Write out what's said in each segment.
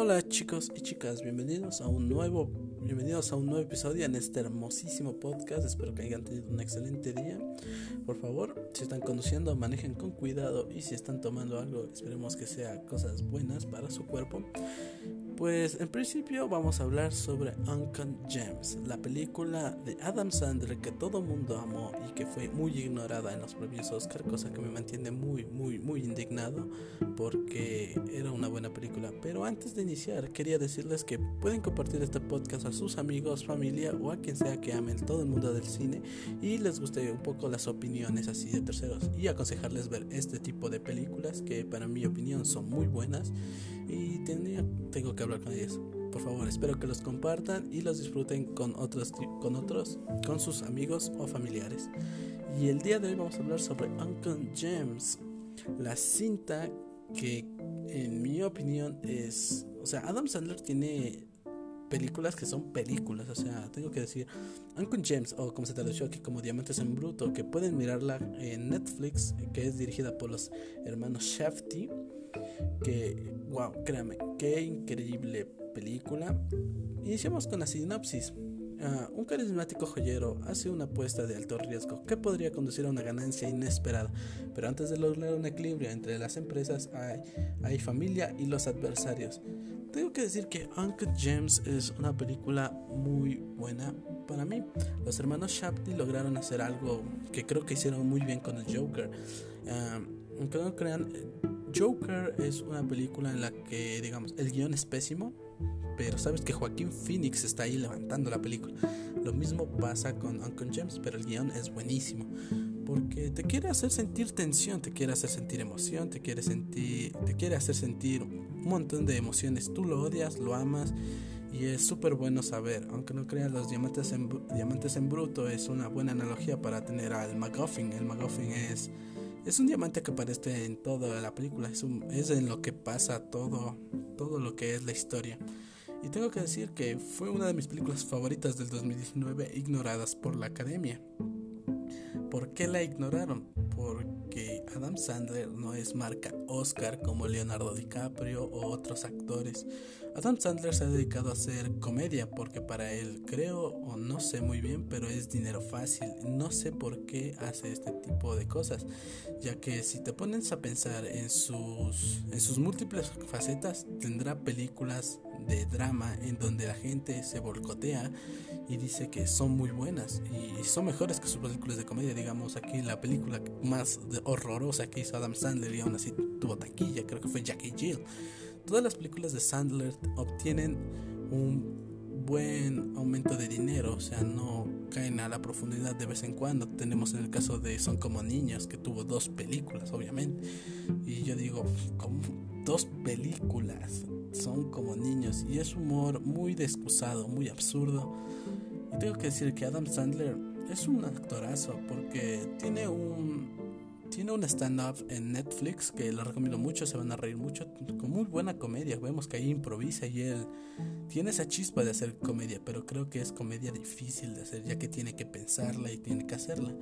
Hola chicos y chicas, bienvenidos a un nuevo episodio en este hermosísimo podcast. Espero que hayan tenido un excelente día. Por favor, si están conduciendo, manejen con cuidado, y si están tomando algo, esperemos que sea cosas buenas para su cuerpo. Pues en principio vamos a hablar sobre Uncut Gems, la película de Adam Sandler que todo mundo amó y que fue muy ignorada en los premios Oscar, cosa que me mantiene muy indignado porque era una buena película. Pero antes de iniciar quería decirles que pueden compartir este podcast a sus amigos, familia o a quien sea que amen todo el mundo del cine y les guste un poco las opiniones así de terceros, y aconsejarles ver este tipo de películas que para mi opinión son muy buenas y tengo que hablar con ellos. Por favor, espero que los compartan y los disfruten con sus amigos o familiares. Y el día de hoy vamos a hablar sobre Uncut Gems, la cinta que en mi opinión Adam Sandler tiene películas que son películas, tengo que decir, Uncut Gems, o como se tradujo aquí como Diamantes en Bruto, que pueden mirarla en Netflix, que es dirigida por los hermanos Shafty, que, wow, créame, qué increíble película. Iniciamos con la sinopsis. Un carismático joyero hace una apuesta de alto riesgo que podría conducir a una ganancia inesperada, pero antes de lograr un equilibrio entre las empresas hay familia y los adversarios. Tengo que decir que Uncut Gems es una película muy buena para mí. Los hermanos Shafty lograron hacer algo que creo que hicieron muy bien con el Joker. Aunque no crean, Joker es una película en la que, digamos, el guión es pésimo, pero sabes que Joaquín Phoenix está ahí levantando la película. Lo mismo pasa con Uncut Gems, pero el guión es buenísimo porque te quiere hacer sentir tensión, te quiere hacer sentir emoción, te quiere hacer sentir un montón de emociones. Tú lo odias, lo amas, y es súper bueno saber. Aunque no creas, los diamantes en bruto es una buena analogía para tener al MacGuffin. El MacGuffin es un diamante que aparece en toda la película, es en lo que pasa todo lo que es la historia. Y tengo que decir que fue una de mis películas favoritas del 2019, ignoradas por la academia. ¿Por qué la ignoraron? Porque Adam Sandler no es marca Oscar como Leonardo DiCaprio o otros actores. Adam Sandler se ha dedicado a hacer comedia porque para él, creo, o no sé muy bien, pero es dinero fácil. No sé por qué hace este tipo de cosas, ya que si te pones a pensar en sus múltiples facetas, tendrá películas de drama en donde la gente se boicotea y dice que son muy buenas y son mejores que sus películas de comedia. Digamos, aquí la película más horrorosa que hizo Adam Sandler y aún así tuvo taquilla, creo que fue Jackie Jill. Todas las películas de Sandler obtienen un buen aumento de dinero, no caen a la profundidad de vez en cuando. Tenemos en el caso de Son como niños, que tuvo 2 películas, obviamente, y yo digo, ¿cómo 2 películas? Son como niños, y es humor muy descusado, muy absurdo. Y tengo que decir que Adam Sandler es un actorazo porque tiene un stand-up en Netflix que lo recomiendo mucho, se van a reír mucho, con muy buena comedia. Vemos que ahí improvisa y él tiene esa chispa de hacer comedia, pero creo que es comedia difícil de hacer, ya que tiene que pensarla y tiene que hacerla.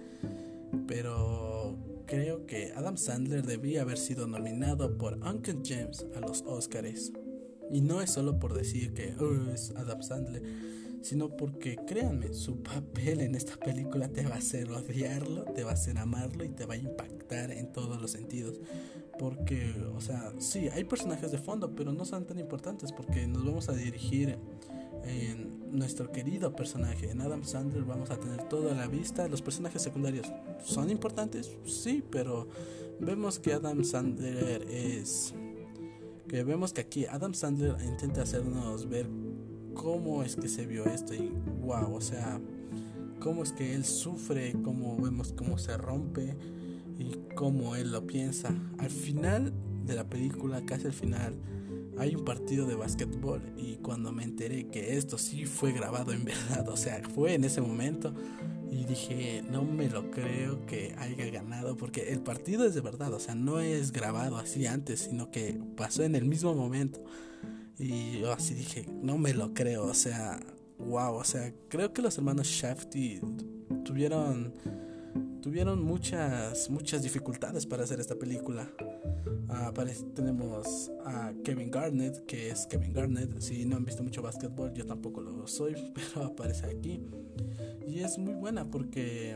Pero creo que Adam Sandler debía haber sido nominado por Uncut Gems a los Oscars. Y no es solo por decir que es Adam Sandler, sino porque, créanme, su papel en esta película te va a hacer odiarlo, te va a hacer amarlo y te va a impactar en todos los sentidos. Porque, sí, hay personajes de fondo, pero no son tan importantes porque nos vamos a dirigir en nuestro querido personaje. En Adam Sandler vamos a tener toda la vista. Los personajes secundarios son importantes, sí, pero vemos que aquí Adam Sandler intenta hacernos ver cómo es que se vio esto y wow, cómo es que él sufre, cómo vemos cómo se rompe y cómo él lo piensa. Al final de la película, casi al final, hay un partido de básquetbol y cuando me enteré que esto sí fue grabado en verdad, fue en ese momento, y dije, no me lo creo que haya ganado, porque el partido es de verdad, no es grabado así antes, sino que pasó en el mismo momento. Y yo así dije, no me lo creo, wow, creo que los hermanos Shafty tuvieron tuvieron muchas dificultades para hacer esta película. Tenemos a Kevin Garnett, que es Kevin Garnett. Si no han visto mucho básquetbol, yo tampoco lo soy, pero aparece aquí. Y es muy buena porque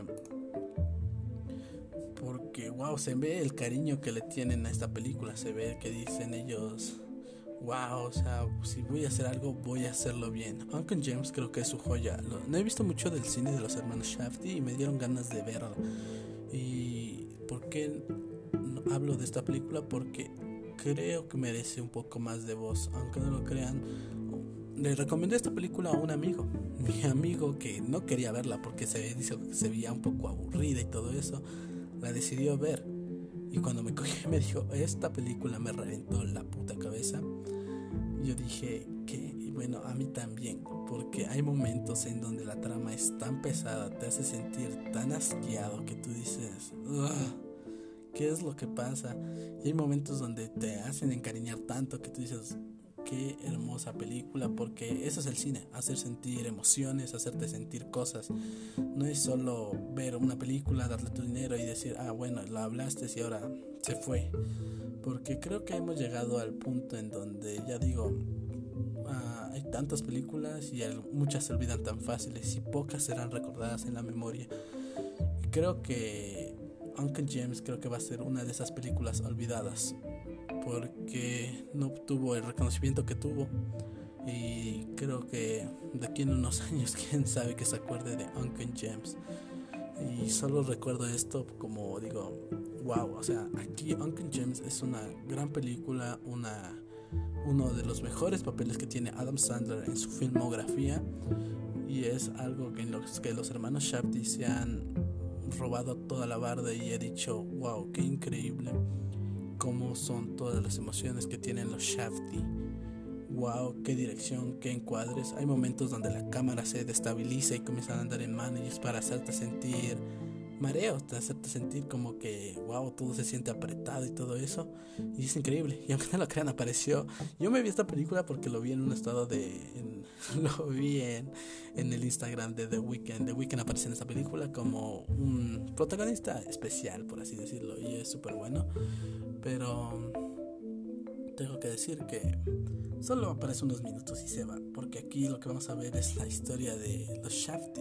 wow, se ve el cariño que le tienen a esta película. Se ve que dicen ellos, wow, o sea, si voy a hacer algo, voy a hacerlo bien. Uncle James creo que es su joya. No he visto mucho del cine de los hermanos Shafty y me dieron ganas de verlo. ¿Y por qué hablo de esta película? Porque creo que merece un poco más de voz. Aunque no lo crean, le recomendé esta película a un amigo. Mi amigo, que no quería verla porque dice que se veía un poco aburrida y todo eso, la decidió ver. Y cuando me cogió me dijo, esta película me reventó la puta cabeza. Yo dije, ¿qué? Y bueno, a mí también, porque hay momentos en donde la trama es tan pesada, te hace sentir tan asqueado que tú dices, ¿qué es lo que pasa? Y hay momentos donde te hacen encariñar tanto que tú dices, qué hermosa película, porque eso es el cine, hacer sentir emociones, hacerte sentir cosas. No es solo ver una película, darle tu dinero y decir, bueno, la hablaste y ahora se fue. Porque creo que hemos llegado al punto en donde, ya digo, hay tantas películas y muchas se olvidan tan fáciles y pocas serán recordadas en la memoria. Y creo que Uncle James creo que va a ser una de esas películas olvidadas, porque no obtuvo el reconocimiento que tuvo. Y creo que de aquí en unos años, quién sabe que se acuerde de Uncle James. Y solo recuerdo esto como digo, wow, o sea, aquí Uncle James es una gran película, uno de los mejores papeles que tiene Adam Sandler en su filmografía. Y es algo que los hermanos Shafty se han robado toda la barda y he dicho, wow, qué increíble cómo son todas las emociones que tienen los Shafty. Wow, qué dirección, qué encuadres. Hay momentos donde la cámara se destabiliza y comienza a andar en mano y es para hacerte sentir mareos, hacerte sentir como que wow, todo se siente apretado y todo eso. Y es increíble. Y aunque no lo crean, apareció. Yo me vi esta película porque lo vi en un estado lo vi en el Instagram de The Weeknd. The Weeknd aparece en esta película como un protagonista especial, por así decirlo, y es súper bueno. Pero tengo que decir que solo aparece unos minutos y se va, porque aquí lo que vamos a ver es la historia de los Shafty,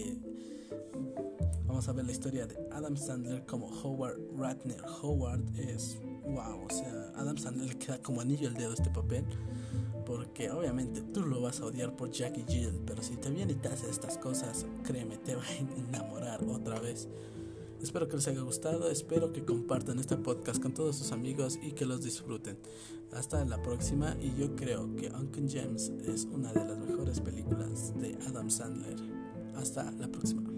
vamos a ver la historia de Adam Sandler como Howard Ratner. Howard es wow, o sea, Adam Sandler le queda como anillo al dedo este papel, porque obviamente tú lo vas a odiar por Jackie Jill, pero si te viene y te hace estas cosas, créeme, te va a enamorar otra vez. Espero que les haya gustado, espero que compartan este podcast con todos sus amigos y que los disfruten. Hasta la próxima, y yo creo que Uncle James es una de las mejores películas de Adam Sandler. Hasta la próxima.